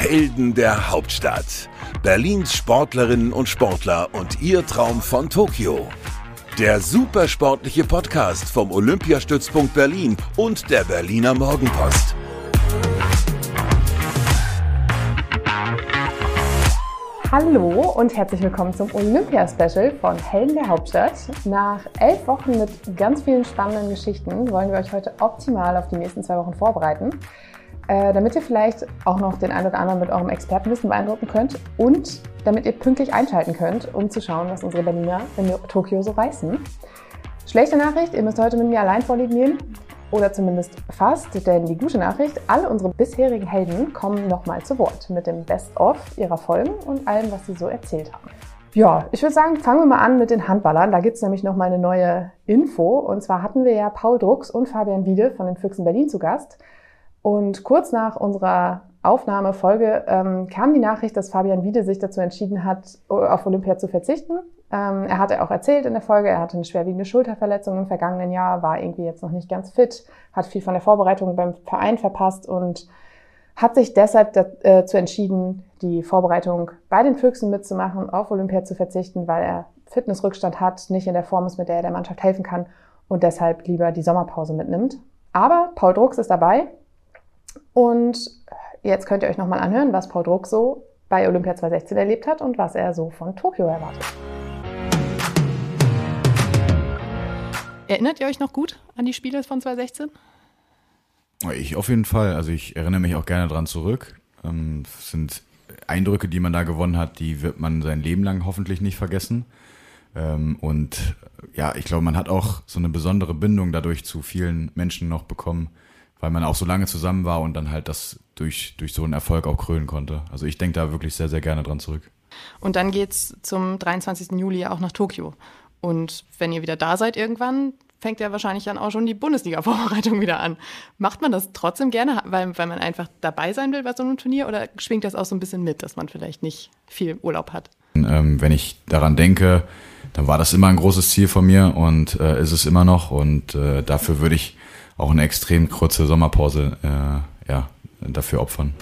Helden der Hauptstadt. Berlins Sportlerinnen und Sportler und ihr Traum von Tokio. Der supersportliche Podcast vom Olympiastützpunkt Berlin und der Berliner Morgenpost. Hallo und herzlich willkommen zum Olympia-Special von Helden der Hauptstadt. Nach 11 Wochen mit ganz vielen spannenden Geschichten wollen wir euch heute optimal auf die nächsten 2 Wochen vorbereiten, damit ihr vielleicht auch noch den einen oder anderen mit eurem Expertenwissen beeindrucken könnt und damit ihr pünktlich einschalten könnt, um zu schauen, was unsere Berliner in Tokio so reißen. Schlechte Nachricht, ihr müsst heute mit mir allein Vorlieb nehmen. Oder zumindest fast, denn die gute Nachricht, alle unsere bisherigen Helden kommen nochmal zu Wort mit dem Best-of ihrer Folgen und allem, was sie so erzählt haben. Ja, ich würde sagen, fangen wir mal an mit den Handballern. Da gibt es nämlich nochmal eine neue Info. Und zwar hatten wir ja Paul Drucks und Fabian Wiede von den Füchsen Berlin zu Gast. Und kurz nach unserer Aufnahmefolge kam die Nachricht, dass Fabian Wiede sich dazu entschieden hat, auf Olympia zu verzichten. Er hatte auch erzählt in der Folge, er hatte eine schwerwiegende Schulterverletzung im vergangenen Jahr, war irgendwie jetzt noch nicht ganz fit, hat viel von der Vorbereitung beim Verein verpasst und hat sich deshalb dazu entschieden, die Vorbereitung bei den Füchsen mitzumachen, auf Olympia zu verzichten, weil er Fitnessrückstand hat, nicht in der Form ist, mit der er der Mannschaft helfen kann und deshalb lieber die Sommerpause mitnimmt. Aber Paul Drucks ist dabei und jetzt könnt ihr euch nochmal anhören, was Paul Drucks so bei Olympia 2016 erlebt hat und was er so von Tokio erwartet. Erinnert ihr euch noch gut an die Spiele von 2016? Ich auf jeden Fall. Also ich erinnere mich auch gerne dran zurück. Es sind Eindrücke, die man da gewonnen hat, die wird man sein Leben lang hoffentlich nicht vergessen. Und ja, ich glaube, man hat auch so eine besondere Bindung dadurch zu vielen Menschen noch bekommen, weil man auch so lange zusammen war und dann halt das durch so einen Erfolg auch krönen konnte. Also ich denke da wirklich sehr, sehr gerne dran zurück. Und dann geht's zum 23. Juli auch nach Tokio. Und wenn ihr wieder da seid irgendwann, fängt ja wahrscheinlich dann auch schon die Bundesliga-Vorbereitung wieder an. Macht man das trotzdem gerne, weil man einfach dabei sein will bei so einem Turnier oder schwingt das auch so ein bisschen mit, dass man vielleicht nicht viel Urlaub hat? Wenn ich daran denke, dann war das immer ein großes Ziel von mir und ist es immer noch. Und dafür würde ich auch eine extrem kurze Sommerpause dafür opfern.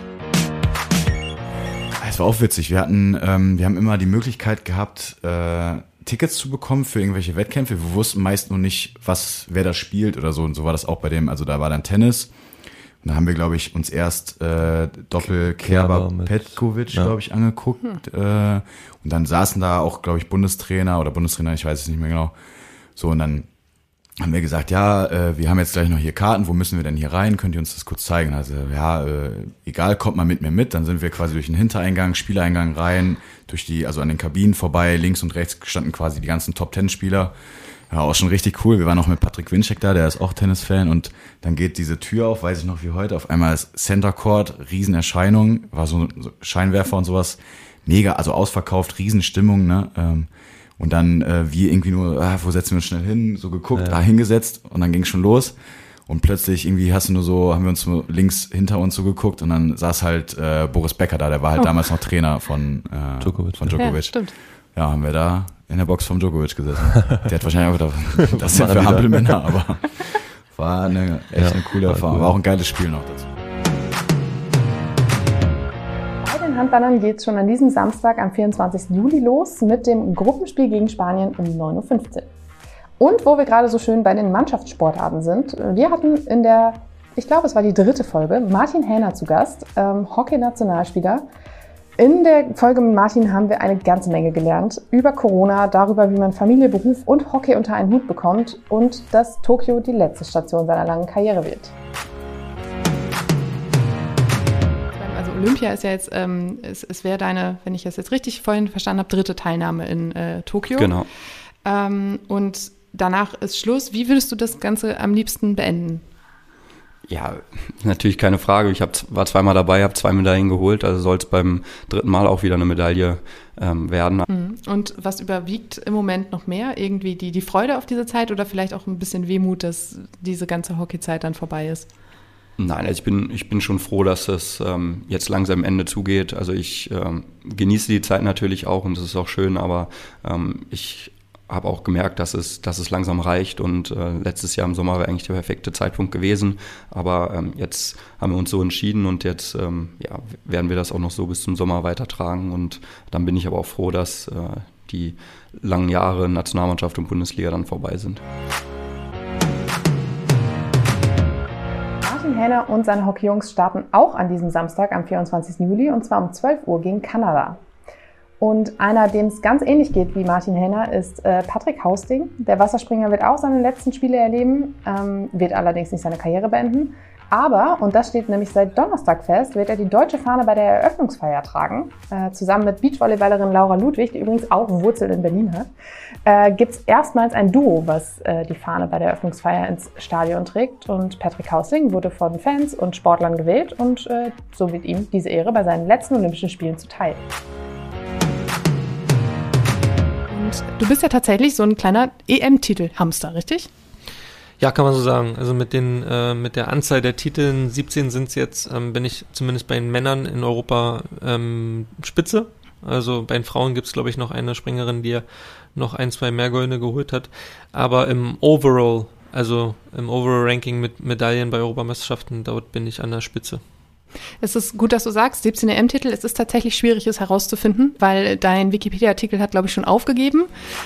Es war auch witzig. Wir haben immer die Möglichkeit gehabt, Tickets zu bekommen für irgendwelche Wettkämpfe. Wir wussten meist noch nicht, wer da spielt oder so. Und so war das auch bei dem. Also da war dann Tennis. Und da haben wir, glaube ich, uns erst Doppel-Kerber Petkovic, glaube ich, angeguckt. Und dann saßen da auch, glaube ich, Bundestrainer, ich weiß es nicht mehr genau. So, und dann haben wir gesagt, ja, wir haben jetzt gleich noch hier Karten, wo müssen wir denn hier rein? Könnt ihr uns das kurz zeigen? Also, ja, egal, kommt mal mit mir mit. Dann sind wir quasi durch den Hintereingang, Spieleingang rein, also an den Kabinen vorbei, links und rechts standen quasi die ganzen Top-10-Spieler. Ja, auch schon richtig cool. Wir waren auch mit Patrick Winczek da, der ist auch Tennis-Fan und dann geht diese Tür auf, weiß ich noch wie heute, auf einmal ist Center Court, Riesenerscheinung, war so Scheinwerfer und sowas, mega, also ausverkauft, Riesenstimmung, ne, und dann wir irgendwie nur, wo setzen wir uns schnell hin, so geguckt, hingesetzt und dann ging es schon los. Und plötzlich irgendwie haben wir uns so links hinter uns so geguckt und dann saß halt Boris Becker da, der war halt damals noch Trainer von Djokovic. Ja, stimmt. Ja, haben wir da in der Box vom Djokovic gesessen. Der hat wahrscheinlich auch gedacht, das sind für Hampelmänner, aber war eine coole Erfahrung. Cool. War auch ein geiles Spiel noch dazu. Bei den Handballern geht es schon an diesem Samstag am 24. Juli los mit dem Gruppenspiel gegen Spanien um 9.15 Uhr. Und wo wir gerade so schön bei den Mannschaftssportarten sind, wir hatten ich glaube es war die 3. Folge, Martin Hähner zu Gast, Hockey-Nationalspieler. In der Folge mit Martin haben wir eine ganze Menge gelernt über Corona, darüber, wie man Familie, Beruf und Hockey unter einen Hut bekommt und dass Tokio die letzte Station seiner langen Karriere wird. Also Olympia ist ja jetzt, es wäre deine, wenn ich das jetzt richtig vorhin verstanden habe, 3. Teilnahme in Tokio. Genau. Und danach ist Schluss. Wie würdest du das Ganze am liebsten beenden? Ja, natürlich keine Frage. Ich war zweimal dabei, habe 2 Medaillen geholt, also soll es beim 3. Mal auch wieder eine Medaille werden. Und was überwiegt im Moment noch mehr? Irgendwie die Freude auf diese Zeit oder vielleicht auch ein bisschen Wehmut, dass diese ganze Hockeyzeit dann vorbei ist? Nein, also ich bin schon froh, dass es jetzt langsam Ende zugeht. Also ich genieße die Zeit natürlich auch und es ist auch schön, aber ich habe auch gemerkt, dass es langsam reicht und letztes Jahr im Sommer wäre eigentlich der perfekte Zeitpunkt gewesen, aber jetzt haben wir uns so entschieden und jetzt werden wir das auch noch so bis zum Sommer weitertragen und dann bin ich aber auch froh, dass die langen Jahre Nationalmannschaft und Bundesliga dann vorbei sind. Martin Hähner und seine Hockeyjungs starten auch an diesem Samstag am 24. Juli und zwar um 12 Uhr gegen Kanada. Und einer, dem es ganz ähnlich geht wie Martin Hähner, ist Patrick Hausting. Der Wasserspringer wird auch seine letzten Spiele erleben, wird allerdings nicht seine Karriere beenden. Aber, und das steht nämlich seit Donnerstag fest, wird er die deutsche Fahne bei der Eröffnungsfeier tragen. Zusammen mit Beachvolleyballerin Laura Ludwig, die übrigens auch Wurzeln in Berlin hat, gibt es erstmals ein Duo, was die Fahne bei der Eröffnungsfeier ins Stadion trägt. Und Patrick Hausting wurde von Fans und Sportlern gewählt und so wird ihm diese Ehre bei seinen letzten Olympischen Spielen zuteil. Und du bist ja tatsächlich so ein kleiner EM-Titel-Hamster, richtig? Ja, kann man so sagen. Also mit der Anzahl der Titeln, 17 sind es jetzt, bin ich zumindest bei den Männern in Europa Spitze. Also bei den Frauen gibt es, glaube ich, noch eine Springerin, die ja noch 1-2 mehr Goldene geholt hat. Aber im Overall-Ranking mit Medaillen bei Europameisterschaften, dort bin ich an der Spitze. Es ist gut, dass du sagst, 17 EM-Titel. Es ist tatsächlich schwierig, es herauszufinden, weil dein Wikipedia-Artikel hat, glaube ich, schon aufgegeben.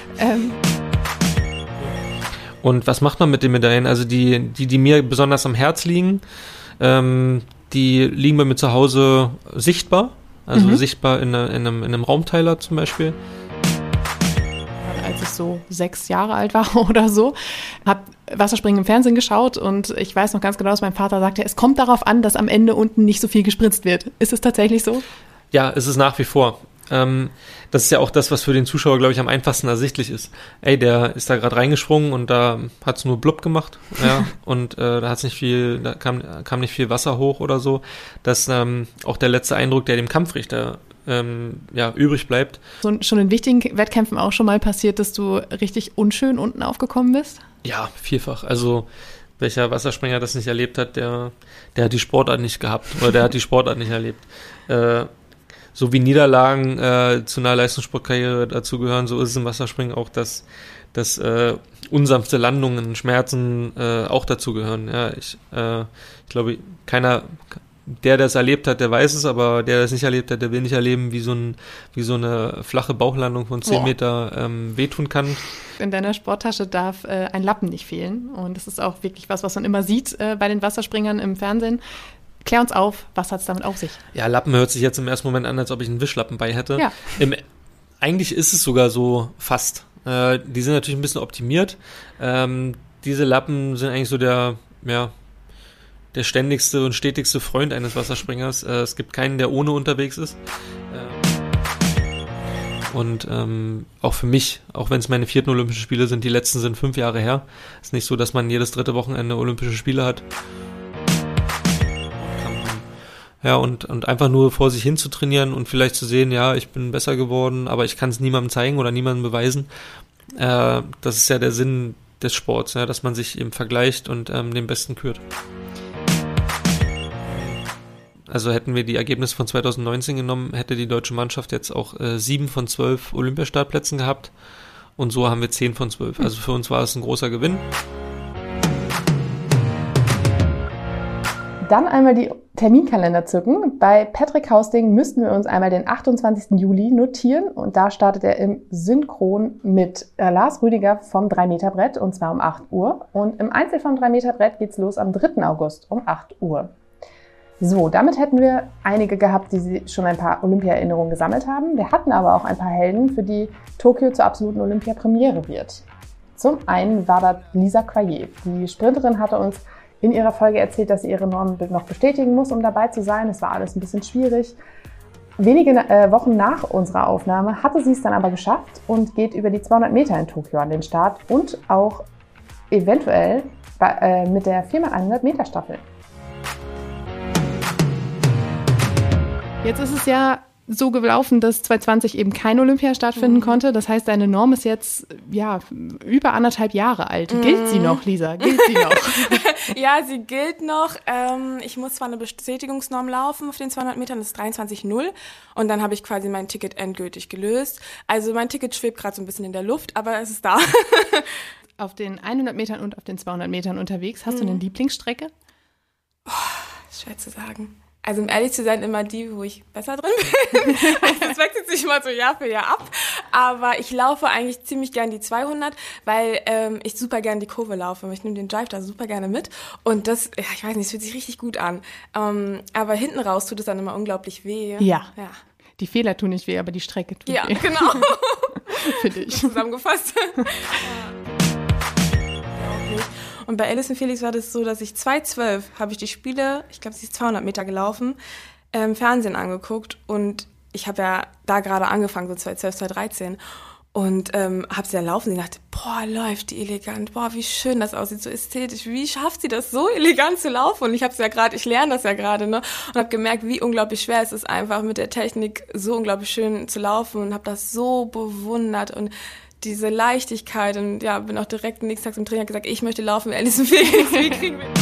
Und was macht man mit den Medaillen? Also die mir besonders am Herz liegen, die liegen bei mir zu Hause sichtbar. Also sichtbar in einem Raumteiler zum Beispiel. Als ich so 6 Jahre alt war oder so, habe Wasserspringen im Fernsehen geschaut und ich weiß noch ganz genau, dass mein Vater sagte, es kommt darauf an, dass am Ende unten nicht so viel gespritzt wird. Ist es tatsächlich so? Ja, es ist nach wie vor. Das ist ja auch das, was für den Zuschauer, glaube ich, am einfachsten ersichtlich ist. Ey, der ist da gerade reingesprungen und da hat es nur blub gemacht, ja, und da kam nicht viel Wasser hoch oder so. Dass auch der letzte Eindruck, der dem Kampfrichter übrig bleibt. Schon in wichtigen Wettkämpfen auch schon mal passiert, dass du richtig unschön unten aufgekommen bist? Ja, vielfach. Also welcher Wasserspringer das nicht erlebt hat, der hat die Sportart nicht gehabt oder der hat die Sportart nicht erlebt. So wie Niederlagen zu einer Leistungssportkarriere dazugehören, so ist es im Wasserspringen auch, dass unsanfte Landungen, Schmerzen auch dazugehören. Ja, ich glaube, keiner, der es erlebt hat, der weiß es, aber der das nicht erlebt hat, der will nicht erleben, wie so eine flache Bauchlandung von 10 Meter wehtun kann. In deiner Sporttasche darf ein Lappen nicht fehlen und das ist auch wirklich was man immer sieht bei den Wasserspringern im Fernsehen. Klär uns auf, was hat es damit auf sich? Ja, Lappen hört sich jetzt im ersten Moment an, als ob ich einen Wischlappen bei hätte. Ja. Eigentlich ist es sogar so fast. Die sind natürlich ein bisschen optimiert. Diese Lappen sind eigentlich so der ständigste und stetigste Freund eines Wasserspringers. Es gibt keinen, der ohne unterwegs ist. Und auch für mich, auch wenn es meine 4. Olympischen Spiele sind, die letzten sind 5 Jahre her. Ist nicht so, dass man jedes 3. Wochenende Olympische Spiele hat. Ja, und einfach nur vor sich hin zu trainieren und vielleicht zu sehen, ja, ich bin besser geworden, aber ich kann es niemandem zeigen oder niemandem beweisen. Das ist ja der Sinn des Sports, ja, dass man sich eben vergleicht und den Besten kürt. Also hätten wir die Ergebnisse von 2019 genommen, hätte die deutsche Mannschaft jetzt auch 7 von 12 Olympiastartplätzen gehabt und so haben wir 10 von 12. Also für uns war es ein großer Gewinn. Dann einmal die Terminkalender zücken. Bei Patrick Hausting müssten wir uns einmal den 28. Juli notieren und da startet er im Synchron mit Lars Rüdiger vom 3-Meter-Brett und zwar um 8 Uhr und im Einzel vom 3-Meter-Brett geht's los am 3. August um 8 Uhr. So, damit hätten wir einige gehabt, die schon ein paar Olympia-Erinnerungen gesammelt haben. Wir hatten aber auch ein paar Helden, für die Tokio zur absoluten Olympia-Premiere wird. Zum einen war da Lisa Quayer. Die Sprinterin hatte uns in ihrer Folge erzählt, dass sie ihre Norm noch bestätigen muss, um dabei zu sein. Es war alles ein bisschen schwierig. Wenige Wochen nach unserer Aufnahme hatte sie es dann aber geschafft und geht über die 200 Meter in Tokio an den Start und auch eventuell mit der 4x100 Meter Staffel. Jetzt ist es ja so gelaufen, dass 2020 eben kein Olympia stattfinden konnte. Das heißt, deine Norm ist jetzt über 1,5 Jahre alt. Gilt sie noch, Lisa? Gilt sie noch? Ja, sie gilt noch. Ich muss zwar eine Bestätigungsnorm laufen auf den 200 Metern, das ist 23,0. Und dann habe ich quasi mein Ticket endgültig gelöst. Also mein Ticket schwebt gerade so ein bisschen in der Luft, aber es ist da. Auf den 100 Metern und auf den 200 Metern unterwegs. Hast du eine Lieblingsstrecke? Schwer zu sagen. Also um ehrlich zu sein, immer die, wo ich besser drin bin. Also das wechselt sich mal so Jahr für Jahr ab. Aber ich laufe eigentlich ziemlich gern die 200, weil ich super gern die Kurve laufe. Ich nehme den Drive da super gerne mit. Und das, ich weiß nicht, es fühlt sich richtig gut an. Aber hinten raus tut es dann immer unglaublich weh. Ja. Die Fehler tun nicht weh, aber die Strecke tut weh. Ja, genau. Finde ich. Zusammengefasst. Und bei Allyson Felix war das so, dass ich 2012 habe ich die Spiele, ich glaube, sie ist 200 Meter gelaufen, im Fernsehen angeguckt. Und ich habe ja da gerade angefangen, so 2012, 2013. Und habe sie ja laufen und dachte, boah, läuft die elegant, boah, wie schön das aussieht, so ästhetisch, wie schafft sie das so elegant zu laufen? Und ich lerne das ja gerade, ne? Und habe gemerkt, wie unglaublich schwer es ist, einfach mit der Technik so unglaublich schön zu laufen und habe das so bewundert und diese Leichtigkeit und ja, bin auch direkt nächsten Tag zum Trainer gesagt, ich möchte laufen wie Allyson Felix, wie kriegen wir...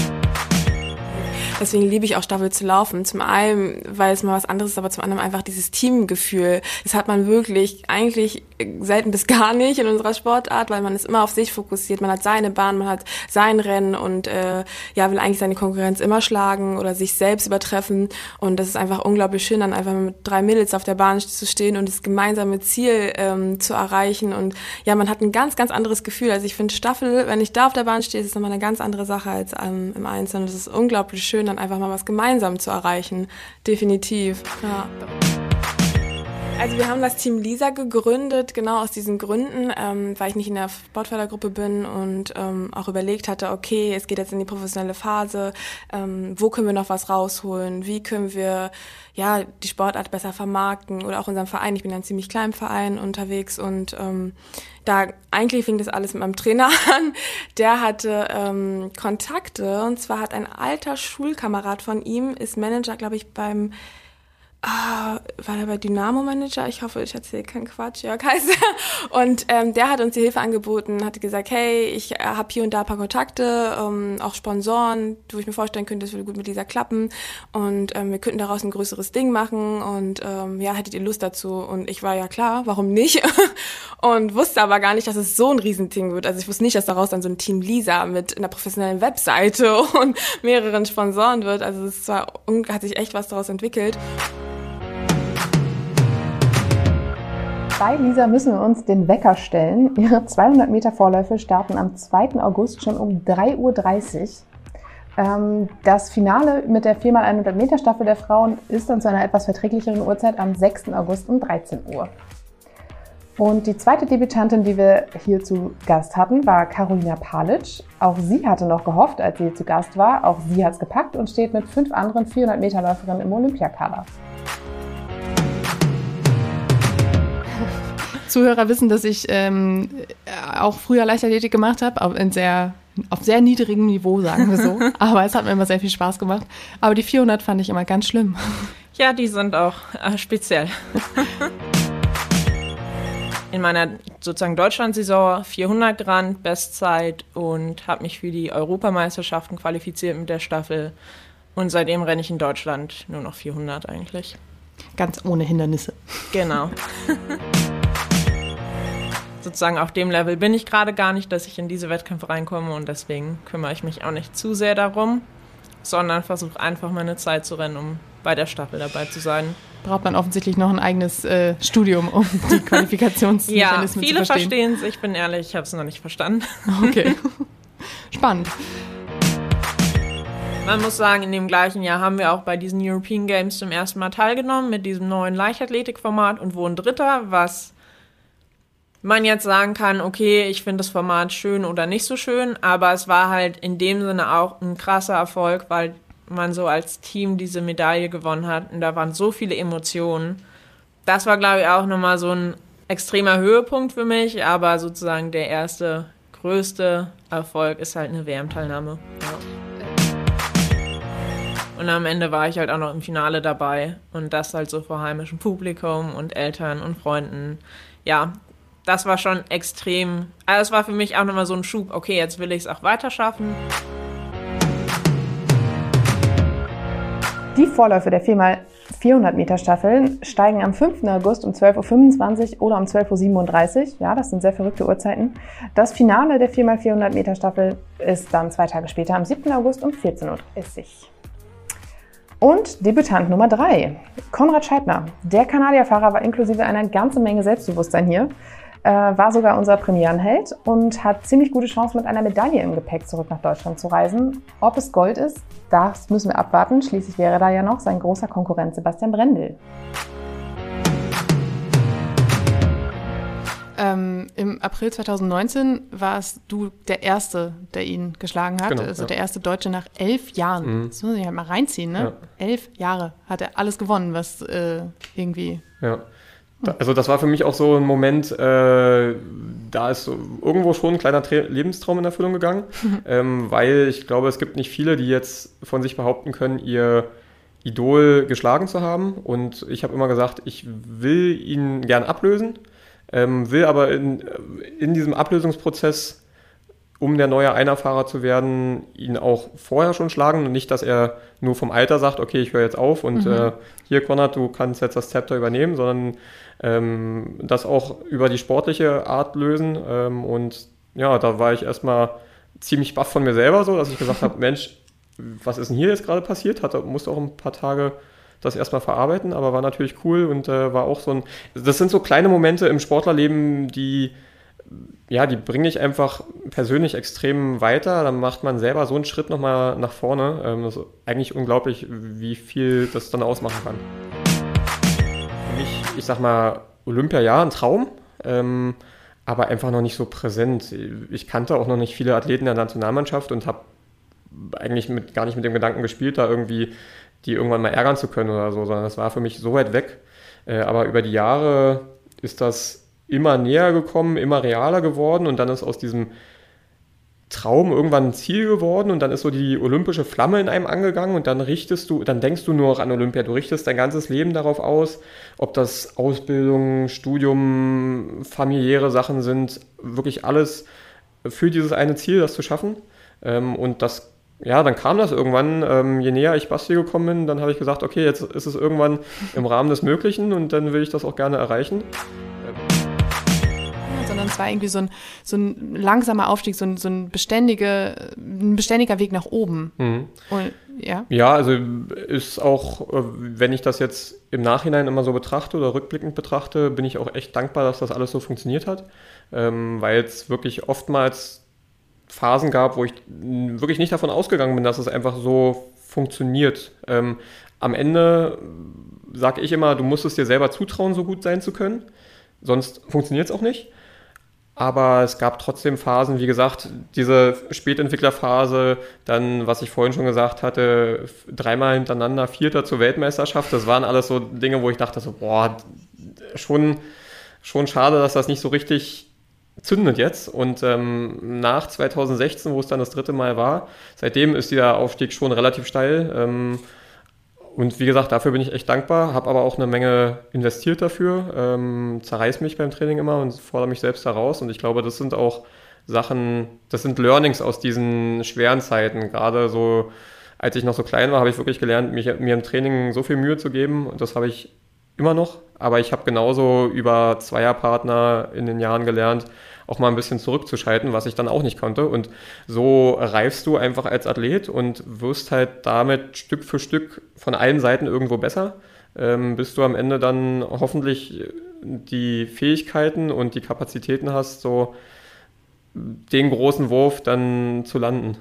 Deswegen liebe ich auch Staffel zu laufen. Zum einen, weil es mal was anderes ist, aber zum anderen einfach dieses Teamgefühl. Das hat man wirklich eigentlich selten bis gar nicht in unserer Sportart, weil man ist immer auf sich fokussiert. Man hat seine Bahn, man hat sein Rennen und will eigentlich seine Konkurrenz immer schlagen oder sich selbst übertreffen. Und das ist einfach unglaublich schön, dann einfach mit 3 Mädels auf der Bahn zu stehen und das gemeinsame Ziel zu erreichen. Und ja, man hat ein ganz, ganz anderes Gefühl. Also ich finde Staffel, wenn ich da auf der Bahn stehe, ist es nochmal eine ganz andere Sache als im Einzelnen. Das ist unglaublich schön, dann einfach mal was gemeinsam zu erreichen. Definitiv, ja. Also wir haben das Team Lisa gegründet, genau aus diesen Gründen, weil ich nicht in der Sportfördergruppe bin und auch überlegt hatte, okay, es geht jetzt in die professionelle Phase, wo können wir noch was rausholen, wie können wir die Sportart besser vermarkten oder auch unseren Verein. Ich bin in einem ziemlich kleinen Verein unterwegs und da eigentlich fing das alles mit meinem Trainer an. Der hatte Kontakte und zwar hat ein alter Schulkamerad von ihm, ist Manager, glaube ich, war der bei Dynamo Manager? Ich hoffe, ich erzähle keinen Quatsch. Jörg heißt er. Und der hat uns die Hilfe angeboten, hatte gesagt, hey, ich habe hier und da ein paar Kontakte, auch Sponsoren, wo ich mir vorstellen könnte, das würde gut mit Lisa klappen. Und wir könnten daraus ein größeres Ding machen. Und hättet ihr Lust dazu? Und ich war ja klar, warum nicht? Und wusste aber gar nicht, dass es so ein Riesending wird. Also ich wusste nicht, dass daraus dann so ein Team Lisa mit einer professionellen Webseite und mehreren Sponsoren wird. Also hat sich echt was daraus entwickelt. Bei Lisa müssen wir uns den Wecker stellen. Ihre 200 Meter Vorläufe starten am 2. August schon um 3:30 Uhr. Das Finale mit der 4x100 Meter Staffel der Frauen ist dann zu einer etwas verträglicheren Uhrzeit am 6. August um 13 Uhr. Und die zweite Debütantin, die wir hier zu Gast hatten, war Karolina Palic. Auch sie hatte noch gehofft, als sie zu Gast war. Auch sie hat es gepackt und steht mit 5 anderen 400 Meter Läuferinnen im Olympiakader. Zuhörer wissen, dass ich auch früher Leichtathletik gemacht habe, auf sehr niedrigem Niveau, sagen wir so. Aber es hat mir immer sehr viel Spaß gemacht. Aber die 400 fand ich immer ganz schlimm. Ja, die sind auch speziell. In meiner sozusagen Deutschland-Saison 400 Grand Bestzeit und habe mich für die Europameisterschaften qualifiziert mit der Staffel. Und seitdem renne ich in Deutschland nur noch 400 eigentlich. Ganz ohne Hindernisse. Genau. Sozusagen auf dem Level bin ich gerade gar nicht, dass ich in diese Wettkämpfe reinkomme und deswegen kümmere ich mich auch nicht zu sehr darum, sondern versuche einfach meine Zeit zu rennen, um bei der Staffel dabei zu sein. Braucht man offensichtlich noch ein eigenes Studium, um die Qualifikationsmechanismen zu verstehen. Ja, viele verstehen es, ich bin ehrlich, ich habe es noch nicht verstanden. Okay, spannend. Man muss sagen, in dem gleichen Jahr haben wir auch bei diesen European Games zum ersten Mal teilgenommen mit diesem neuen Leichtathletikformat und wurden Dritter, was man jetzt sagen kann, okay, ich finde das Format schön oder nicht so schön, aber es war halt in dem Sinne auch ein krasser Erfolg, weil man so als Team diese Medaille gewonnen hat und da waren so viele Emotionen. Das war, glaube ich, auch nochmal so ein extremer Höhepunkt für mich, aber sozusagen der erste, größte Erfolg ist halt eine WM-Teilnahme. Ja. Und am Ende war ich halt auch noch im Finale dabei und das halt so vor heimischem Publikum und Eltern und Freunden. Ja, das war schon extrem, also es war für mich auch nochmal so ein Schub, okay, jetzt will ich es auch weiter schaffen. Die Vorläufe der 4x400 Meter Staffeln steigen am 5. August um 12.25 Uhr oder um 12.37 Uhr. Ja, das sind sehr verrückte Uhrzeiten. Das Finale der 4x400 Meter Staffel ist dann 2 Tage später am 7. August um 14.30 Uhr. Und Debütant Nummer 3, Konrad Scheibner. Der Kanadierfahrer war inklusive einer ganzen Menge Selbstbewusstsein hier, war sogar unser Premierenheld und hat ziemlich gute Chancen, mit einer Medaille im Gepäck zurück nach Deutschland zu reisen. Ob es Gold ist, das müssen wir abwarten. Schließlich wäre da ja noch sein großer Konkurrent Sebastian Brendel. Im April 2019 warst du der Erste, der ihn geschlagen hat. Genau, also ja. der erste Deutsche nach 11 Jahren. Das muss ich halt mal reinziehen, ne? Ja. 11 Jahre hat er alles gewonnen, was irgendwie... Ja. Also das war für mich auch so ein Moment, da ist so irgendwo schon ein kleiner Lebenstraum in Erfüllung gegangen, weil ich glaube, es gibt nicht viele, die jetzt von sich behaupten können, ihr Idol geschlagen zu haben. Und ich habe immer gesagt, ich will ihn gern ablösen, will aber in diesem Ablösungsprozess, um der neue Einerfahrer zu werden, ihn auch vorher schon schlagen und nicht, dass er nur vom Alter sagt, okay, ich höre jetzt auf und hier, Konrad, du kannst jetzt das Zepter übernehmen, sondern das auch über die sportliche Art lösen. Und ja, da war ich erstmal ziemlich baff von mir selber so, dass ich gesagt habe, Mensch, was ist denn hier jetzt gerade passiert? Musste auch ein paar Tage das erstmal verarbeiten, aber war natürlich cool und war auch so das sind so kleine Momente im Sportlerleben, die bringen dich einfach persönlich extrem weiter. Dann macht man selber so einen Schritt nochmal nach vorne. Das ist eigentlich unglaublich, wie viel das dann ausmachen kann. Für mich, ich sag mal, Olympia, ja, ein Traum, aber einfach noch nicht so präsent. Ich kannte auch noch nicht viele Athleten der Nationalmannschaft und habe eigentlich gar nicht mit dem Gedanken gespielt, da irgendwie die irgendwann mal ärgern zu können oder so, sondern das war für mich so weit weg. Aber über die Jahre ist das immer näher gekommen, immer realer geworden und dann ist aus diesem Traum irgendwann ein Ziel geworden und dann ist so die olympische Flamme in einem angegangen und dann denkst du nur noch an Olympia, du richtest dein ganzes Leben darauf aus, ob das Ausbildung, Studium, familiäre Sachen sind, wirklich alles für dieses eine Ziel, das zu schaffen. Und das, ja, dann kam das irgendwann, je näher ich Basti gekommen bin, dann habe ich gesagt, okay, jetzt ist es irgendwann im Rahmen des Möglichen und dann will ich das auch gerne erreichen. Sondern es war irgendwie so ein langsamer Aufstieg, so ein beständiger Weg nach oben. Und, ja? Ja, also ist auch, wenn ich das jetzt im Nachhinein immer so betrachte oder rückblickend betrachte, bin ich auch echt dankbar, dass das alles so funktioniert hat, weil es wirklich oftmals Phasen gab, wo ich wirklich nicht davon ausgegangen bin, dass es einfach so funktioniert. Am Ende sage ich immer, du musst es dir selber zutrauen, so gut sein zu können, sonst funktioniert es auch nicht. Aber es gab trotzdem Phasen, wie gesagt, diese Spätentwicklerphase, dann, was ich vorhin schon gesagt hatte, 3-mal hintereinander Vierter zur Weltmeisterschaft, das waren alles so Dinge, wo ich dachte so, boah, schon schade, dass das nicht so richtig zündet jetzt. Und nach 2016, wo es dann das 3. Mal war, seitdem ist dieser Aufstieg schon relativ steil. Und wie gesagt, dafür bin ich echt dankbar, habe aber auch eine Menge investiert dafür, zerreiß mich beim Training immer und fordere mich selbst da raus. Und ich glaube, das sind auch Sachen, das sind Learnings aus diesen schweren Zeiten. Gerade so, als ich noch so klein war, habe ich wirklich gelernt, mir im Training so viel Mühe zu geben. Und das habe ich immer noch. Aber ich habe genauso über Zweierpartner in den Jahren gelernt, auch mal ein bisschen zurückzuschalten, was ich dann auch nicht konnte. Und so reifst du einfach als Athlet und wirst halt damit Stück für Stück von allen Seiten irgendwo besser, bis du am Ende dann hoffentlich die Fähigkeiten und die Kapazitäten hast, so den großen Wurf dann zu landen.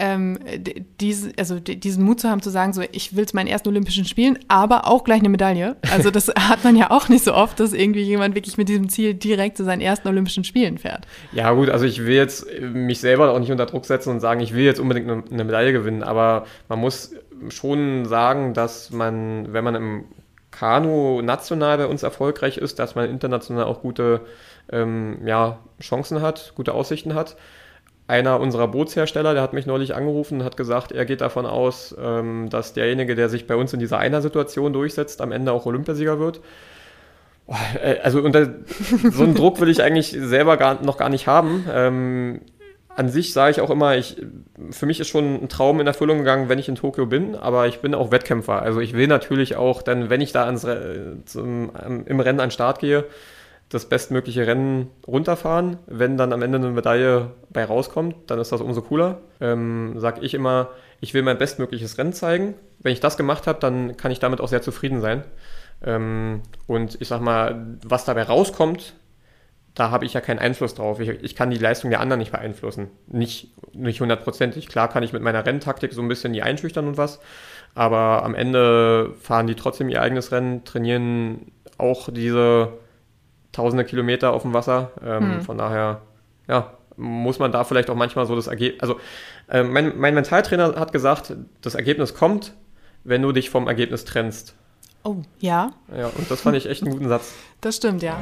Diesen Mut zu haben, zu sagen, so, ich will zu meinen ersten Olympischen Spielen, aber auch gleich eine Medaille. Also das hat man ja auch nicht so oft, dass irgendwie jemand wirklich mit diesem Ziel direkt zu seinen ersten Olympischen Spielen fährt. Ja gut, also ich will jetzt mich selber auch nicht unter Druck setzen und sagen, ich will jetzt unbedingt eine Medaille gewinnen, aber man muss schon sagen, dass man, wenn man im Kanu national bei uns erfolgreich ist, dass man international auch gute Chancen hat, gute Aussichten hat. einer unserer Bootshersteller, der hat mich neulich angerufen und hat gesagt, er geht davon aus, dass derjenige, der sich bei uns in dieser Einer-Situation durchsetzt, am Ende auch Olympiasieger wird. Also unter so einen Druck will ich eigentlich selber noch gar nicht haben. An sich sage ich auch immer, für mich ist schon ein Traum in Erfüllung gegangen, wenn ich in Tokio bin, aber ich bin auch Wettkämpfer. Also ich will natürlich auch dann, wenn ich da im Rennen an den Start gehe, das bestmögliche Rennen runterfahren. Wenn dann am Ende eine Medaille bei rauskommt, dann ist das umso cooler. Sag ich immer, ich will mein bestmögliches Rennen zeigen. Wenn ich das gemacht habe, dann kann ich damit auch sehr zufrieden sein. Und ich sag mal, was dabei rauskommt, da habe ich ja keinen Einfluss drauf. Ich kann die Leistung der anderen nicht beeinflussen. Nicht 100%. Klar kann ich mit meiner Renntaktik so ein bisschen die einschüchtern und was, aber am Ende fahren die trotzdem ihr eigenes Rennen, trainieren auch diese tausende Kilometer auf dem Wasser. Von daher, ja, muss man da vielleicht auch manchmal so das Ergebnis... Also mein Mentaltrainer hat gesagt, das Ergebnis kommt, wenn du dich vom Ergebnis trennst. Oh, ja. Ja, und das fand ich echt einen guten Satz. Das stimmt, ja.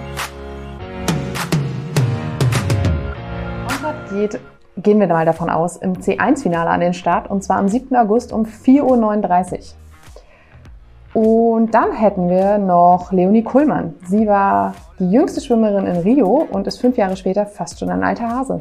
Gehen wir mal davon aus, im C1-Finale an den Start, und zwar am 7. August um 4:39 Uhr. Und dann hätten wir noch Leonie Kuhlmann. Sie war die jüngste Schwimmerin in Rio und ist 5 Jahre später fast schon ein alter Hase.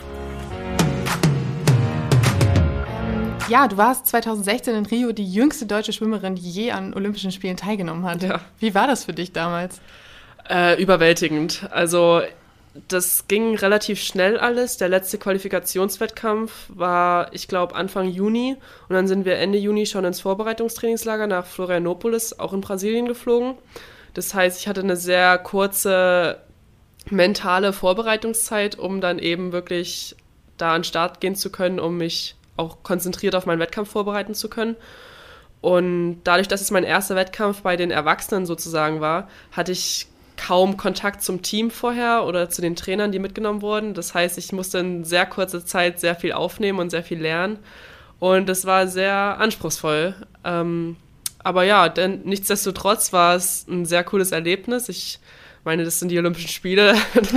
Ja, du warst 2016 in Rio die jüngste deutsche Schwimmerin, die je an Olympischen Spielen teilgenommen hat. Ja. Wie war das für dich damals? Überwältigend. Also das ging relativ schnell alles. Der letzte Qualifikationswettkampf war, ich glaube, Anfang Juni. Und dann sind wir Ende Juni schon ins Vorbereitungstrainingslager nach Florianópolis, auch in Brasilien, geflogen. Das heißt, ich hatte eine sehr kurze mentale Vorbereitungszeit, um dann eben wirklich da an den Start gehen zu können, um mich auch konzentriert auf meinen Wettkampf vorbereiten zu können. Und dadurch, dass es mein erster Wettkampf bei den Erwachsenen sozusagen war, hatte ich kaum Kontakt zum Team vorher oder zu den Trainern, die mitgenommen wurden. Das heißt, ich musste in sehr kurzer Zeit sehr viel aufnehmen und sehr viel lernen. Und es war sehr anspruchsvoll. Aber ja, denn nichtsdestotrotz war es ein sehr cooles Erlebnis. Ich meine, das sind die Olympischen Spiele.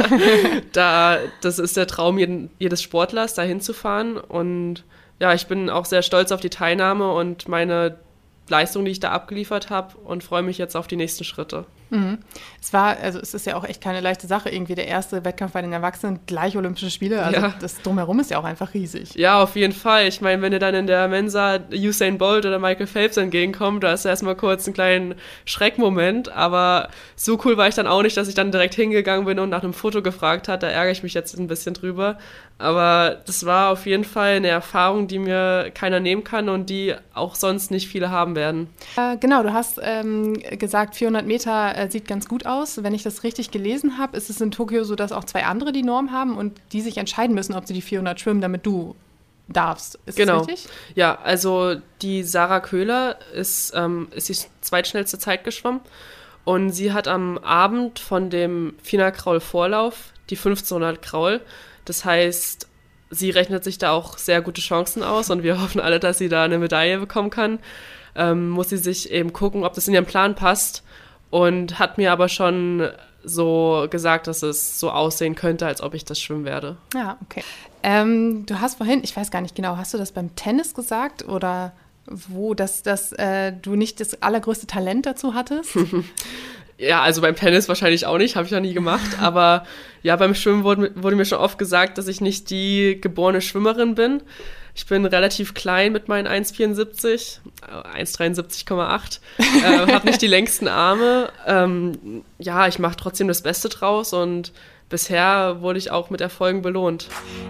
Das ist der Traum jedes Sportlers, da hinzufahren. Und ja, ich bin auch sehr stolz auf die Teilnahme und meine Leistung, die ich da abgeliefert habe, und freue mich jetzt auf die nächsten Schritte. Mhm. Es ist ja auch echt keine leichte Sache, irgendwie der erste Wettkampf bei den Erwachsenen, gleich Olympische Spiele, also ja. Das Drumherum ist ja auch einfach riesig. Ja, auf jeden Fall. Ich meine, wenn dir dann in der Mensa Usain Bolt oder Michael Phelps entgegenkommt, da ist erstmal kurz einen kleinen Schreckmoment, aber so cool war ich dann auch nicht, dass ich dann direkt hingegangen bin und nach einem Foto gefragt hat, da ärgere ich mich jetzt ein bisschen drüber, aber das war auf jeden Fall eine Erfahrung, die mir keiner nehmen kann und die auch sonst nicht viele haben werden. Genau, du hast gesagt, 400 Meter sieht ganz gut aus. Wenn ich das richtig gelesen habe, ist es in Tokio so, dass auch 2 andere die Norm haben und die sich entscheiden müssen, ob sie die 400 schwimmen, damit du darfst. Ist das richtig? Ja, also die Sarah Köhler ist die zweitschnellste Zeit geschwommen und sie hat am Abend von dem FINA-Kraul-Vorlauf die 1500 Kraul. Das heißt, sie rechnet sich da auch sehr gute Chancen aus und wir hoffen alle, dass sie da eine Medaille bekommen kann. Muss sie sich eben gucken, ob das in ihren Plan passt. Und hat mir aber schon so gesagt, dass es so aussehen könnte, als ob ich das schwimmen werde. Ja, okay. Du hast vorhin, ich weiß gar nicht genau, hast du das beim Tennis gesagt oder wo, dass du nicht das allergrößte Talent dazu hattest? Ja, also beim Tennis wahrscheinlich auch nicht, habe ich noch nie gemacht. Aber ja, beim Schwimmen wurde mir schon oft gesagt, dass ich nicht die geborene Schwimmerin bin. Ich bin relativ klein mit meinen 1,74, 1,73,8, habe nicht die längsten Arme. Ja, ich mache trotzdem das Beste draus und bisher wurde ich auch mit Erfolgen belohnt.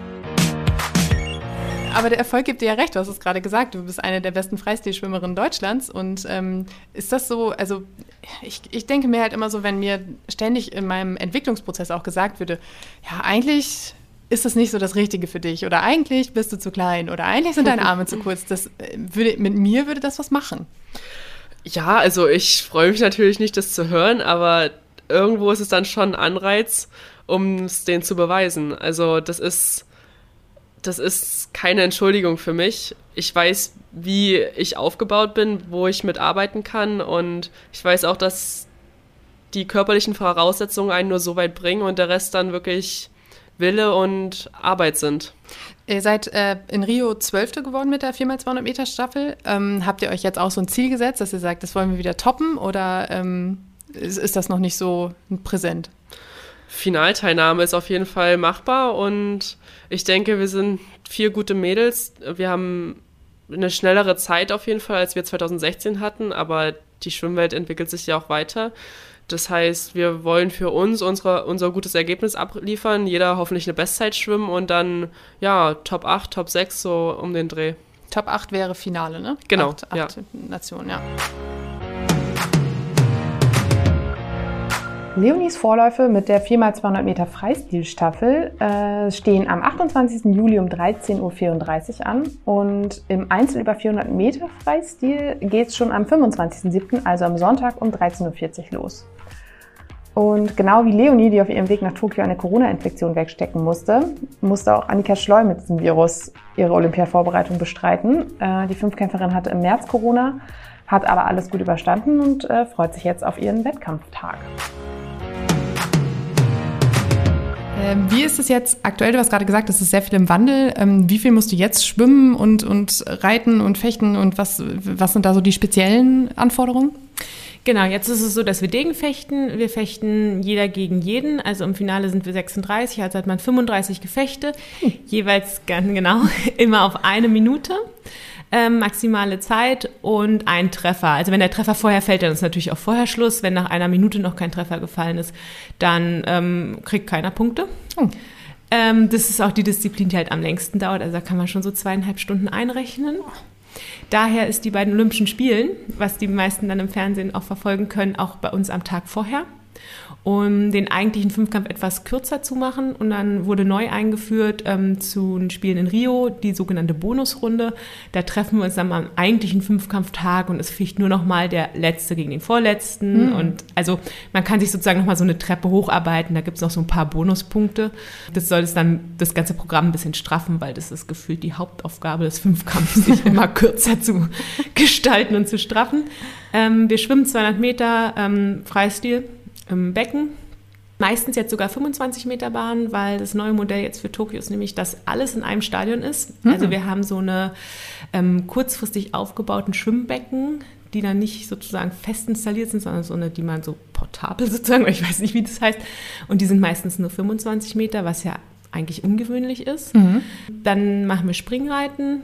Aber der Erfolg gibt dir ja recht, du hast es gerade gesagt, du bist eine der besten Freistilschwimmerinnen Deutschlands und ist das so, also ich denke mir halt immer so, wenn mir ständig in meinem Entwicklungsprozess auch gesagt würde, ja eigentlich ist das nicht so das Richtige für dich oder eigentlich bist du zu klein oder eigentlich sind deine Arme zu kurz, mit mir würde das was machen. Ja, also ich freue mich natürlich nicht, das zu hören, aber irgendwo ist es dann schon ein Anreiz, um es denen zu beweisen. Also das ist keine Entschuldigung für mich. Ich weiß, wie ich aufgebaut bin, wo ich mitarbeiten kann und ich weiß auch, dass die körperlichen Voraussetzungen einen nur so weit bringen und der Rest dann wirklich Wille und Arbeit sind. Ihr seid in Rio 12. geworden mit der 4x200 Meter Staffel. Habt ihr euch jetzt auch so ein Ziel gesetzt, dass ihr sagt, das wollen wir wieder toppen, oder ist das noch nicht so präsent? Finalteilnahme ist auf jeden Fall machbar und ich denke, wir sind 4 gute Mädels. Wir haben eine schnellere Zeit auf jeden Fall, als wir 2016 hatten, aber die Schwimmwelt entwickelt sich ja auch weiter. Das heißt, wir wollen für uns unser gutes Ergebnis abliefern, jeder hoffentlich eine Bestzeit schwimmen und dann, ja, Top 8, Top 6, so um den Dreh. Top 8 wäre Finale, ne? Genau, 8 ja. Nationen, ja. Leonies Vorläufe mit der 4x200 Meter Freistilstaffel stehen am 28. Juli um 13.34 Uhr an und im Einzel über 400 Meter Freistil geht es schon am 25.07., also am Sonntag um 13.40 Uhr los. Und genau wie Leonie, die auf ihrem Weg nach Tokio eine Corona-Infektion wegstecken musste auch Annika Schleu mit diesem Virus ihre Olympia-Vorbereitung bestreiten. Die Fünfkämpferin hatte im März Corona, hat aber alles gut überstanden und freut sich jetzt auf ihren Wettkampftag. Wie ist es jetzt aktuell? Du hast gerade gesagt, es ist sehr viel im Wandel. Wie viel musst du jetzt schwimmen und reiten und fechten und was sind da so die speziellen Anforderungen? Genau, jetzt ist es so, dass wir Degen fechten. Wir fechten jeder gegen jeden. Also im Finale sind wir 36, also hat man 35 Gefechte. Jeweils ganz genau immer auf 1 Minute. Maximale Zeit und ein Treffer. Also wenn der Treffer vorher fällt, dann ist natürlich auch vorher Schluss. Wenn nach 1 Minute noch kein Treffer gefallen ist, dann kriegt keiner Punkte. Das ist auch die Disziplin, die halt am längsten dauert. Also da kann man schon so 2,5 Stunden einrechnen. Daher ist die bei den Olympischen Spielen, was die meisten dann im Fernsehen auch verfolgen können, auch bei uns am Tag vorher, um den eigentlichen Fünfkampf etwas kürzer zu machen. Und dann wurde neu eingeführt zu den Spielen in Rio die sogenannte Bonusrunde. Da treffen wir uns dann am eigentlichen Fünfkampftag und es ficht nur noch mal der Letzte gegen den Vorletzten. Und also man kann sich sozusagen noch mal so eine Treppe hocharbeiten. Da gibt es noch so ein paar Bonuspunkte. Das soll es dann das ganze Programm ein bisschen straffen, weil das ist gefühlt die Hauptaufgabe des Fünfkampfs, sich immer kürzer zu gestalten und zu straffen. Wir schwimmen 200 Meter Freistil im Becken, meistens jetzt sogar 25 Meter Bahn, weil das neue Modell jetzt für Tokio ist nämlich, dass alles in einem Stadion ist. Also wir haben so eine kurzfristig aufgebauten Schwimmbecken, die dann nicht sozusagen fest installiert sind, sondern so eine, die man so portabel sozusagen, ich weiß nicht, wie das heißt. Und die sind meistens nur 25 Meter, was ja eigentlich ungewöhnlich ist. Dann machen wir Springreiten,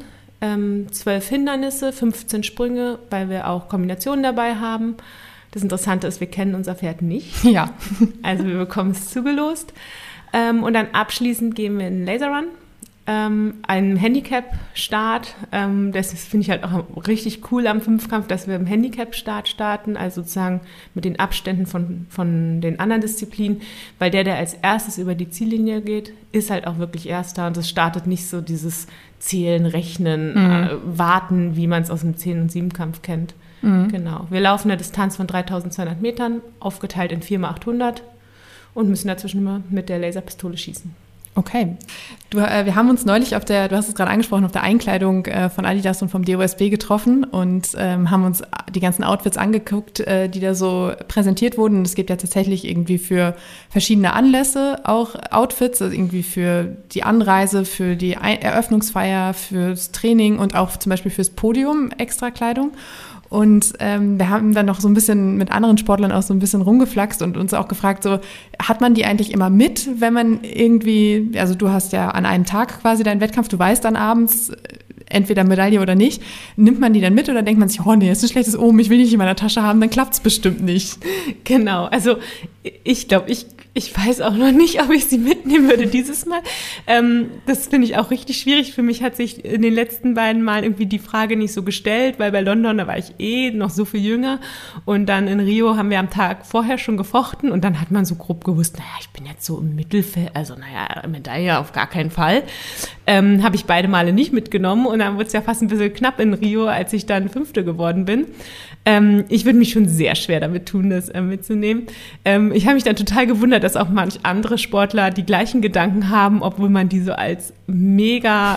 12 Hindernisse, 15 Sprünge, weil wir auch Kombinationen dabei haben. Das Interessante ist, wir kennen unser Pferd nicht. Ja. Also wir bekommen es zugelost. Und dann abschließend gehen wir in den Laserrun, einen Handicap-Start. Das finde ich halt auch richtig cool am Fünfkampf, dass wir im Handicap-Start starten, also sozusagen mit den Abständen von den anderen Disziplinen, weil der als erstes über die Ziellinie geht, ist halt auch wirklich Erster und es startet nicht so dieses Zählen, Rechnen, Warten, wie man es aus dem 10- und 7-Kampf kennt. Genau. Wir laufen eine Distanz von 3200 Metern, aufgeteilt in 4x800 und müssen dazwischen immer mit der Laserpistole schießen. Okay. Wir haben uns neulich du hast es gerade angesprochen, auf der Einkleidung von Adidas und vom DOSB getroffen und haben uns die ganzen Outfits angeguckt, die da so präsentiert wurden. Und es gibt ja tatsächlich irgendwie für verschiedene Anlässe auch Outfits, also irgendwie für die Anreise, für die Eröffnungsfeier, fürs Training und auch zum Beispiel fürs Podium extra Kleidung. Und wir haben dann noch so ein bisschen mit anderen Sportlern auch so ein bisschen rumgeflaxt und uns auch gefragt, so, hat man die eigentlich immer mit, wenn man irgendwie, also du hast ja an einem Tag quasi deinen Wettkampf, du weißt dann abends, entweder Medaille oder nicht, nimmt man die dann mit oder denkt man sich, oh nee, das ist ein schlechtes Omen, ich will nicht in meiner Tasche haben, dann klappt's bestimmt nicht. Genau, also ich glaube, ich weiß auch noch nicht, ob ich sie mitnehmen würde dieses Mal. Das finde ich auch richtig schwierig. Für mich hat sich in den letzten beiden Mal irgendwie die Frage nicht so gestellt, weil bei London, da war ich noch so viel jünger. Und dann in Rio haben wir am Tag vorher schon gefochten und dann hat man so grob gewusst, naja, ich bin jetzt so im Mittelfeld, also naja, Medaille auf gar keinen Fall. Habe ich beide Male nicht mitgenommen und dann wurde es ja fast ein bisschen knapp in Rio, als ich dann 5. geworden bin. Ich würde mich schon sehr schwer damit tun, das mitzunehmen. Ich habe mich dann total gewundert, dass auch manch andere Sportler die gleichen Gedanken haben, obwohl man die so als mega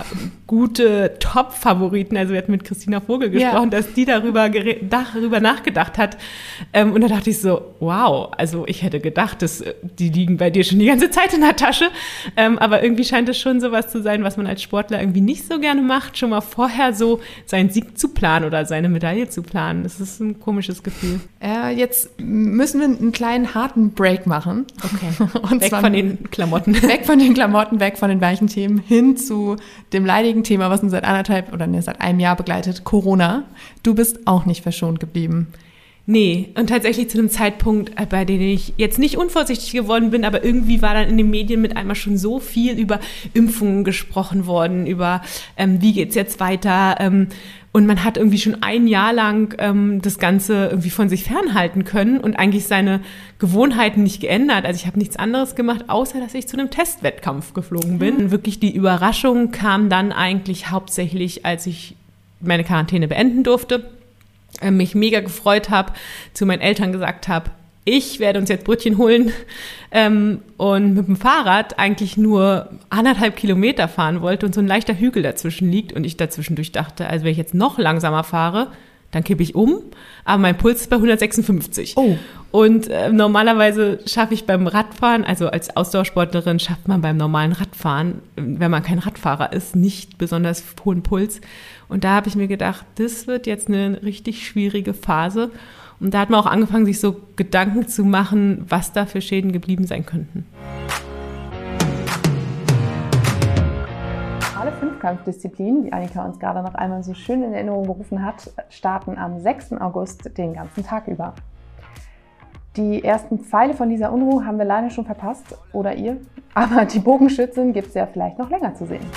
gute Top-Favoriten, also wir hatten mit Christina Vogel gesprochen, dass die darüber nachgedacht hat. Und da dachte ich so, wow, also ich hätte gedacht, die liegen bei dir schon die ganze Zeit in der Tasche. Aber irgendwie scheint es schon sowas zu sein, was man als Sportler irgendwie nicht so gerne macht, schon mal vorher so seinen Sieg zu planen oder seine Medaille zu planen. Das ist ein komisches Gefühl. Jetzt müssen wir einen kleinen harten Break machen. Okay. Und weg von den Klamotten. Weg von den Klamotten, weg von den weichen Themen, hin zu dem leidigen Thema, was uns seit seit einem Jahr begleitet, Corona. Du bist auch nicht verschont geblieben. Nee, und tatsächlich zu einem Zeitpunkt, bei dem ich jetzt nicht unvorsichtig geworden bin, aber irgendwie war dann in den Medien mit einmal schon so viel über Impfungen gesprochen worden, über wie geht's jetzt weiter. Und man hat irgendwie schon ein Jahr lang das Ganze irgendwie von sich fernhalten können und eigentlich seine Gewohnheiten nicht geändert. Also ich habe nichts anderes gemacht, außer dass ich zu einem Testwettkampf geflogen bin. Und wirklich die Überraschung kam dann eigentlich hauptsächlich, als ich meine Quarantäne beenden durfte, mich mega gefreut habe, zu meinen Eltern gesagt habe, ich werde uns jetzt Brötchen holen und mit dem Fahrrad eigentlich nur 1,5 Kilometer fahren wollte und so ein leichter Hügel dazwischen liegt und ich dazwischendurch dachte, also wenn ich jetzt noch langsamer fahre, dann kippe ich um, aber mein Puls ist bei 156. Oh. Und normalerweise schaffe ich beim Radfahren, also als Ausdauersportlerin schafft man beim normalen Radfahren, wenn man kein Radfahrer ist, nicht besonders hohen Puls. Und da habe ich mir gedacht, das wird jetzt eine richtig schwierige Phase. Und da hat man auch angefangen, sich so Gedanken zu machen, was da für Schäden geblieben sein könnten. Alle Fünfkampfdisziplinen, die Annika uns gerade noch einmal so schön in Erinnerung gerufen hat, starten am 6. August den ganzen Tag über. Die ersten Pfeile von dieser Unruhe haben wir leider schon verpasst, oder ihr, aber die Bogenschützen gibt es ja vielleicht noch länger zu sehen.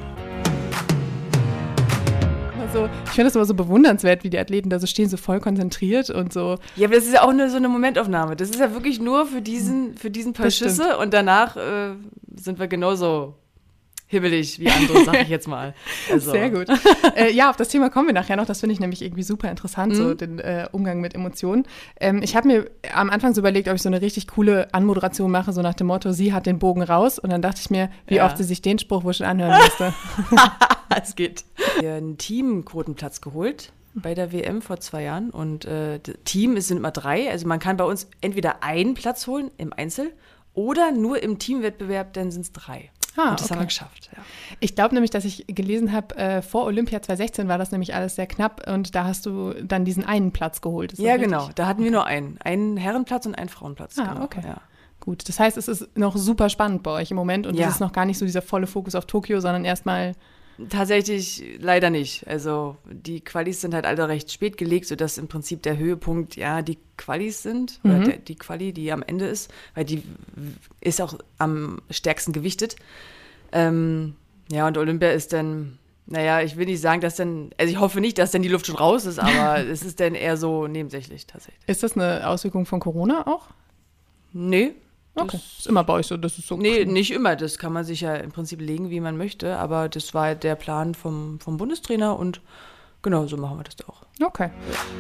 Also, ich finde das immer so bewundernswert, wie die Athleten da so stehen, so voll konzentriert und so. Ja, aber das ist ja auch nur so eine Momentaufnahme. Das ist ja wirklich nur für diesen paar Schüsse und danach sind wir genauso hibbelig wie andere, sag ich jetzt mal. Also. Sehr gut. Ja, auf das Thema kommen wir nachher noch. Das finde ich nämlich irgendwie super interessant, so den Umgang mit Emotionen. Ich habe mir am Anfang so überlegt, ob ich so eine richtig coole Anmoderation mache, so nach dem Motto, sie hat den Bogen raus. Und dann dachte ich mir, wie oft sie sich den Spruch wohl schon anhören musste. Es geht. Wir haben einen Teamquotenplatz geholt bei der WM vor 2 Jahren. Und Team, es sind immer 3. Also man kann bei uns entweder einen Platz holen im Einzel oder nur im Teamwettbewerb, dann sind es 3. Und das haben wir geschafft, ja. Ich glaube nämlich, dass ich gelesen habe, vor Olympia 2016 war das nämlich alles sehr knapp und da hast du dann diesen einen Platz geholt. Ja, genau. Da hatten wir nur einen Herrenplatz und einen Frauenplatz. Genau. Okay. Ja. Gut, das heißt, es ist noch super spannend bei euch im Moment und es ist noch gar nicht so dieser volle Fokus auf Tokio, sondern erstmal... Tatsächlich leider nicht. Also die Qualis sind halt alle recht spät gelegt, sodass im Prinzip der Höhepunkt die Qualis sind, oder die Quali, die am Ende ist, weil die ist auch am stärksten gewichtet. Und Olympia ist dann, ich will nicht sagen, dass dann, also ich hoffe nicht, dass dann die Luft schon raus ist, aber es ist dann eher so nebensächlich tatsächlich. Ist das eine Auswirkung von Corona auch? Nee. Okay, das ist immer bei euch so, das ist so. Nee, nicht immer, das kann man sich ja im Prinzip legen, wie man möchte, aber das war der Plan vom Bundestrainer und genau so machen wir das auch. Okay.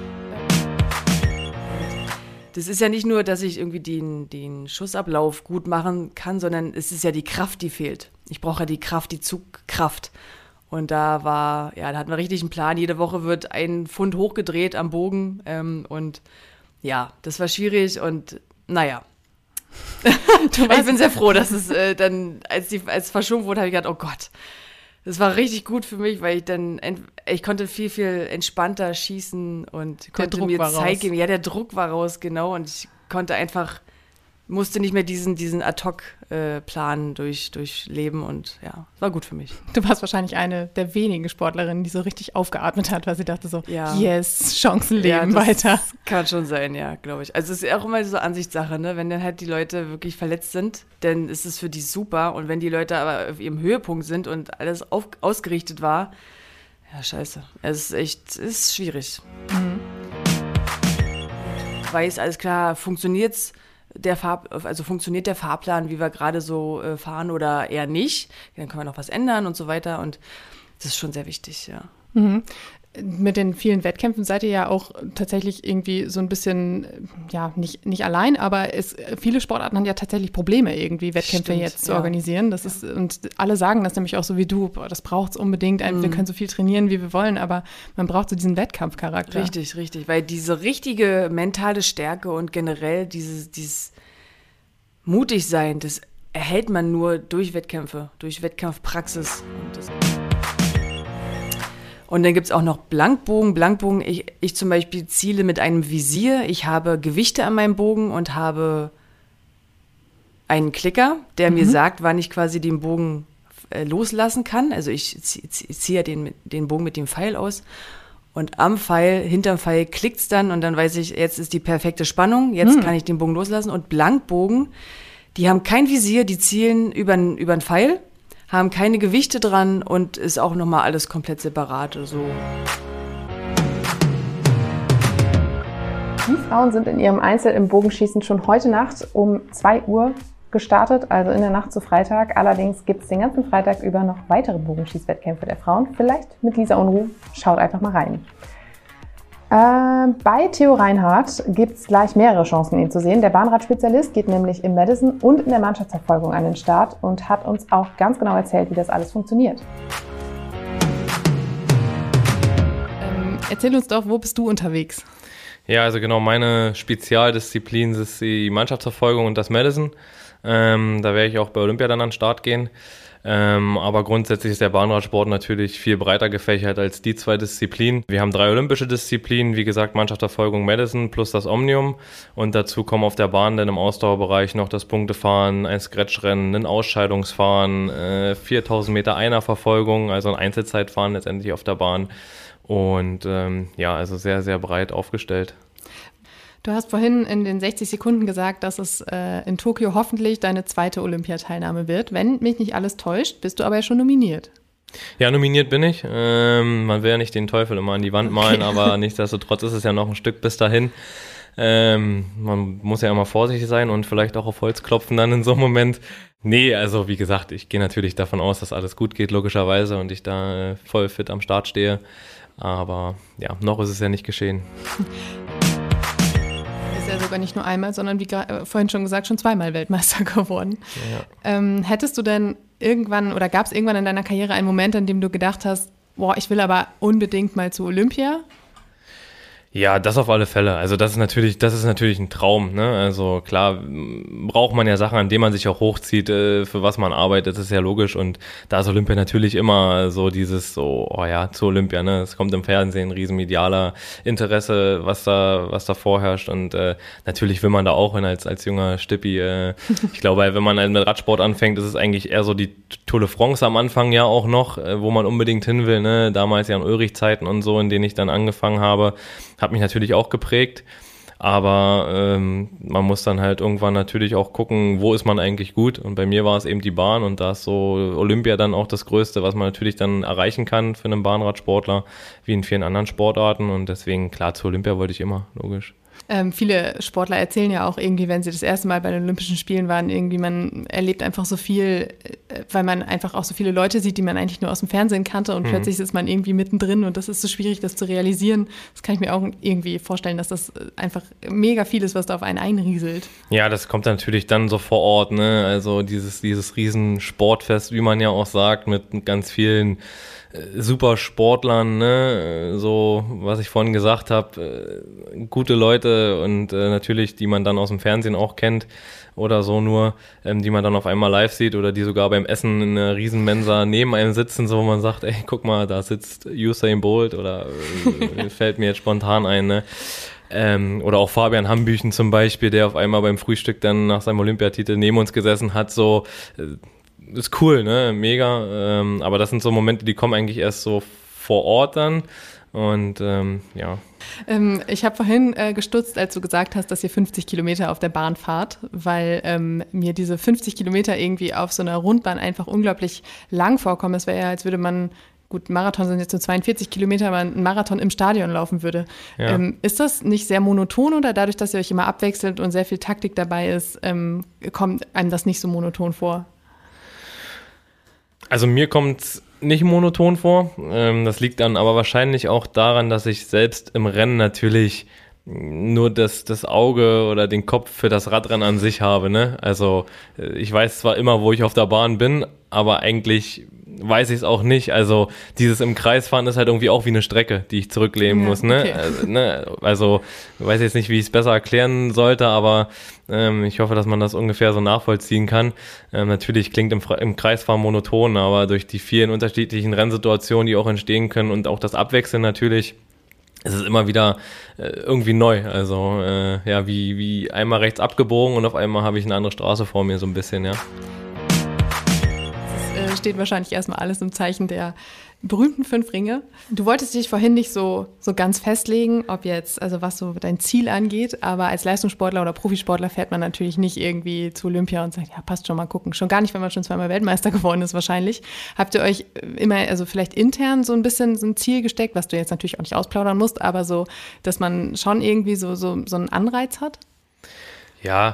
Das ist ja nicht nur, dass ich irgendwie den Schussablauf gut machen kann, sondern es ist ja die Kraft, die fehlt. Ich brauche ja die Kraft, die Zugkraft. Und da hatten wir richtig einen Plan. Jede Woche wird 1 Pfund hochgedreht am Bogen und das war schwierig und ich bin sehr froh, dass es dann, als verschoben wurde, habe ich gedacht, oh Gott, das war richtig gut für mich, weil ich konnte viel, viel entspannter schießen und konnte mir Zeit geben. Ja, der Druck war raus, genau, und ich konnte musste nicht mehr diesen Ad-Hoc-Plan durchleben und war gut für mich. Du warst wahrscheinlich eine der wenigen Sportlerinnen, die so richtig aufgeatmet hat, weil sie dachte so, yes, Chancenleben weiter. Das kann schon sein, ja, glaube ich. Also es ist auch immer so Ansichtssache, ne? Wenn dann halt die Leute wirklich verletzt sind, dann ist es für die super und wenn die Leute aber auf ihrem Höhepunkt sind und alles ausgerichtet war, scheiße. Es ist schwierig. Weiß, alles klar, funktioniert der Fahrplan, wie wir gerade so fahren oder eher nicht. Dann können wir noch was ändern und so weiter und das ist schon sehr wichtig, ja. mit den vielen Wettkämpfen seid ihr ja auch tatsächlich irgendwie so ein bisschen, ja, nicht allein, aber viele Sportarten haben ja tatsächlich Probleme, irgendwie Wettkämpfe jetzt zu organisieren. Das ist, und alle sagen das nämlich auch so wie du, boah, das braucht es unbedingt. Wir können so viel trainieren, wie wir wollen, aber man braucht so diesen Wettkampfcharakter. Richtig, weil diese richtige mentale Stärke und generell dieses mutig sein, das erhält man nur durch Wettkämpfe, durch Wettkampfpraxis. Und dann gibt es auch noch Blankbogen. Blankbogen, ich zum Beispiel ziele mit einem Visier. Ich habe Gewichte an meinem Bogen und habe einen Klicker, der mir sagt, wann ich quasi den Bogen loslassen kann. Also ich ziehe den Bogen mit dem Pfeil aus. Und hinterm Pfeil klickt es dann und dann weiß ich, jetzt ist die perfekte Spannung, jetzt kann ich den Bogen loslassen. Und Blankbogen, die haben kein Visier, die zielen über einen Pfeil, haben keine Gewichte dran und ist auch nochmal alles komplett separat. So. Die Frauen sind in ihrem Einzel im Bogenschießen schon heute Nacht um 2 Uhr gestartet, also in der Nacht zu Freitag. Allerdings gibt es den ganzen Freitag über noch weitere Bogenschießwettkämpfe der Frauen. Vielleicht mit Lisa Unruh. Schaut einfach mal rein. Bei Theo Reinhardt gibt es gleich mehrere Chancen, ihn zu sehen. Der Bahnrad-Spezialist geht nämlich im Madison und in der Mannschaftsverfolgung an den Start und hat uns auch ganz genau erzählt, wie das alles funktioniert. Erzähl uns doch, wo bist du unterwegs? Ja, also genau, meine Spezialdisziplin ist die Mannschaftsverfolgung und das Madison. Da werde ich auch bei Olympia dann an den Start gehen. Aber grundsätzlich ist der Bahnradsport natürlich viel breiter gefächert als die 2 Disziplinen. Wir haben 3 olympische Disziplinen, wie gesagt Mannschaftsverfolgung Madison plus das Omnium und dazu kommen auf der Bahn dann im Ausdauerbereich noch das Punktefahren, ein Scratchrennen, ein Ausscheidungsfahren, 4000 Meter Einerverfolgung, also ein Einzelzeitfahren letztendlich auf der Bahn und also sehr, sehr breit aufgestellt. Du hast vorhin in den 60 Sekunden gesagt, dass es in Tokio hoffentlich deine 2. Olympiateilnahme wird. Wenn mich nicht alles täuscht, bist du aber ja schon nominiert. Ja, nominiert bin ich. Man will ja nicht den Teufel immer an die Wand malen, aber nichtsdestotrotz ist es ja noch ein Stück bis dahin. Man muss ja immer vorsichtig sein und vielleicht auch auf Holz klopfen dann in so einem Moment. Nee, also wie gesagt, ich gehe natürlich davon aus, dass alles gut geht, logischerweise, und ich da voll fit am Start stehe. Aber ja, noch ist es ja nicht geschehen. Ja sogar nicht nur einmal, sondern wie vorhin schon gesagt, schon 2-mal Weltmeister geworden. Ja. Hättest du denn irgendwann oder gab es irgendwann in deiner Karriere einen Moment, in dem du gedacht hast, boah, ich will aber unbedingt mal zu Olympia? Ja, das auf alle Fälle. Also das ist natürlich ein Traum, ne? Also klar braucht man ja Sachen, an denen man sich auch hochzieht, für was man arbeitet, das ist ja logisch, und da ist Olympia natürlich immer so dieses so, oh ja, zu Olympia, ne? Es kommt im Fernsehen, riesen medialer Interesse, was da vorherrscht, und natürlich will man da auch hin als junger Stippi. Ich glaube, wenn man halt mit Radsport anfängt, ist es eigentlich eher so die Tour de France am Anfang ja auch noch, wo man unbedingt hin will, ne? Damals ja in Ulrich-Zeiten und so, in denen ich dann angefangen habe. Hat mich natürlich auch geprägt, aber man muss dann halt irgendwann natürlich auch gucken, wo ist man eigentlich gut, und bei mir war es eben die Bahn, und da ist so Olympia dann auch das Größte, was man natürlich dann erreichen kann für einen Bahnradsportler, wie in vielen anderen Sportarten, und deswegen, klar, zu Olympia wollte ich immer, logisch. Viele Sportler erzählen ja auch irgendwie, wenn sie das erste Mal bei den Olympischen Spielen waren, irgendwie man erlebt einfach so viel, weil man einfach auch so viele Leute sieht, die man eigentlich nur aus dem Fernsehen kannte, und plötzlich ist man irgendwie mittendrin, und das ist so schwierig, das zu realisieren. Das kann ich mir auch irgendwie vorstellen, dass das einfach mega viel ist, was da auf einen einrieselt. Ja, das kommt natürlich dann so vor Ort, ne? Also dieses riesen Sportfest, wie man ja auch sagt, mit ganz vielen super Sportlern, ne, so was ich vorhin gesagt habe, gute Leute, und natürlich, die man dann aus dem Fernsehen auch kennt oder so nur, die man dann auf einmal live sieht oder die sogar beim Essen in einer Riesenmensa neben einem sitzen, so wo man sagt, ey, guck mal, da sitzt Usain Bolt oder fällt mir jetzt spontan ein, ne. Oder auch Fabian Hambüchen zum Beispiel, der auf einmal beim Frühstück dann nach seinem Olympiatitel neben uns gesessen hat, so ist cool, ne, mega, aber das sind so Momente, die kommen eigentlich erst so vor Ort dann, und ja. Ich habe vorhin gestutzt, als du gesagt hast, dass ihr 50 Kilometer auf der Bahn fahrt, weil mir diese 50 Kilometer irgendwie auf so einer Rundbahn einfach unglaublich lang vorkommen. Es wäre ja, als würde man, gut, Marathon sind jetzt nur 42 Kilometer, aber ein Marathon im Stadion laufen würde. Ja. Ist das nicht sehr monoton, oder dadurch, dass ihr euch immer abwechselt und sehr viel Taktik dabei ist, kommt einem das nicht so monoton vor? Also mir kommt nicht monoton vor. Das liegt dann aber wahrscheinlich auch daran, dass ich selbst im Rennen natürlich nur das Auge oder den Kopf für das Radrennen an sich habe, ne? Also ich weiß zwar immer, wo ich auf der Bahn bin, aber eigentlich weiß ich es auch nicht. Also dieses im Kreis fahren ist halt irgendwie auch wie eine Strecke, die ich zurücklegen muss, ne? Okay. Also ich weiß jetzt nicht, wie ich es besser erklären sollte, aber ich hoffe, dass man das ungefähr so nachvollziehen kann. Natürlich klingt im Kreisfahren monoton, aber durch die vielen unterschiedlichen Rennsituationen, die auch entstehen können und auch das Abwechseln natürlich, es ist immer wieder irgendwie neu, also wie einmal rechts abgebogen und auf einmal habe ich eine andere Straße vor mir, so ein bisschen, ja. Das steht wahrscheinlich erstmal alles im Zeichen der berühmten 5 Ringe. Du wolltest dich vorhin nicht so ganz festlegen, ob jetzt, also was so dein Ziel angeht, aber als Leistungssportler oder Profisportler fährt man natürlich nicht irgendwie zu Olympia und sagt, ja, passt schon, mal gucken. Schon gar nicht, wenn man schon 2-mal Weltmeister geworden ist wahrscheinlich. Habt ihr euch immer, also vielleicht intern so ein bisschen so ein Ziel gesteckt, was du jetzt natürlich auch nicht ausplaudern musst, aber so, dass man schon irgendwie so einen Anreiz hat? Ja,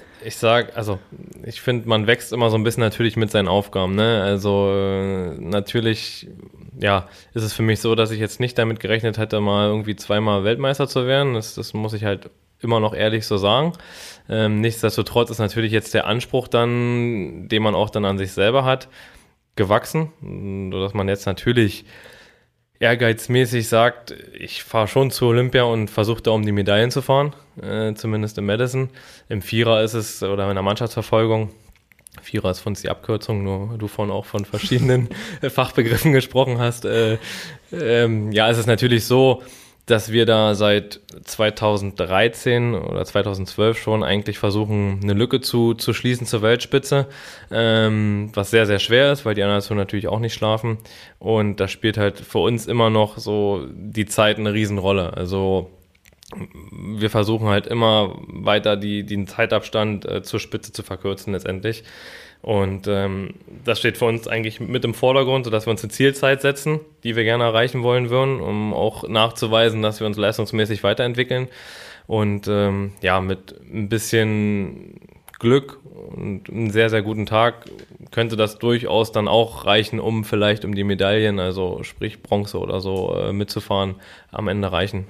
ich finde, man wächst immer so ein bisschen natürlich mit seinen Aufgaben, ne? Also natürlich, ja, ist es für mich so, dass ich jetzt nicht damit gerechnet hätte, mal irgendwie 2-mal Weltmeister zu werden. Das muss ich halt immer noch ehrlich so sagen. Nichtsdestotrotz ist natürlich jetzt der Anspruch dann, den man auch dann an sich selber hat, gewachsen, sodass man jetzt natürlich ehrgeizmäßig sagt, ich fahre schon zu Olympia und versuche da um die Medaillen zu fahren, zumindest im Madison. Im Vierer ist es, oder in der Mannschaftsverfolgung, Vierer ist von uns die Abkürzung, nur du vorhin auch von verschiedenen Fachbegriffen gesprochen hast. Es ist natürlich so, dass wir da seit 2013 oder 2012 schon eigentlich versuchen, eine Lücke zu schließen zur Weltspitze, was sehr, sehr schwer ist, weil die anderen Nationen natürlich auch nicht schlafen. Und da spielt halt für uns immer noch so die Zeit eine Riesenrolle. Also wir versuchen halt immer weiter den Zeitabstand zur Spitze zu verkürzen letztendlich. Und das steht für uns eigentlich mit im Vordergrund, sodass wir uns eine Zielzeit setzen, die wir gerne erreichen wollen würden, um auch nachzuweisen, dass wir uns leistungsmäßig weiterentwickeln. Und mit ein bisschen Glück und einem sehr, sehr guten Tag könnte das durchaus dann auch reichen, um vielleicht um die Medaillen, also sprich Bronze oder so, mitzufahren, am Ende reichen.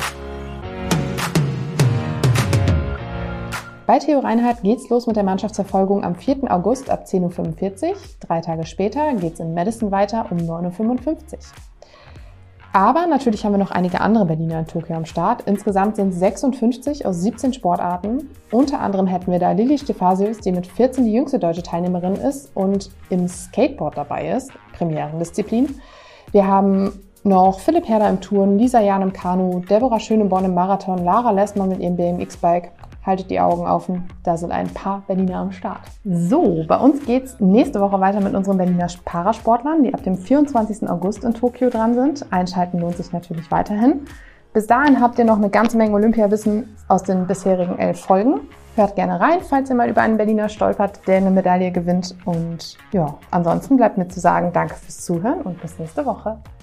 Bei Theo Reinhardt geht's los mit der Mannschaftsverfolgung am 4. August ab 10.45 Uhr. 3 Tage später geht's in Madison weiter um 9.55 Uhr. Aber natürlich haben wir noch einige andere Berliner in Tokio am Start. Insgesamt sind 56 aus 17 Sportarten. Unter anderem hätten wir da Lilly Stephasius, die mit 14 die jüngste deutsche Teilnehmerin ist und im Skateboard dabei ist, Premierendisziplin. Wir haben noch Philipp Herder im Touren, Lisa Jahn im Kanu, Deborah Schöneborn im Marathon, Lara Lessmann mit ihrem BMX-Bike. Haltet die Augen offen, da sind ein paar Berliner am Start. So, bei uns geht's nächste Woche weiter mit unseren Berliner Parasportlern, die ab dem 24. August in Tokio dran sind. Einschalten lohnt sich natürlich weiterhin. Bis dahin habt ihr noch eine ganze Menge Olympiawissen aus den bisherigen 11 Folgen. Hört gerne rein, falls ihr mal über einen Berliner stolpert, der eine Medaille gewinnt. Und ja, ansonsten bleibt mir zu sagen, danke fürs Zuhören und bis nächste Woche.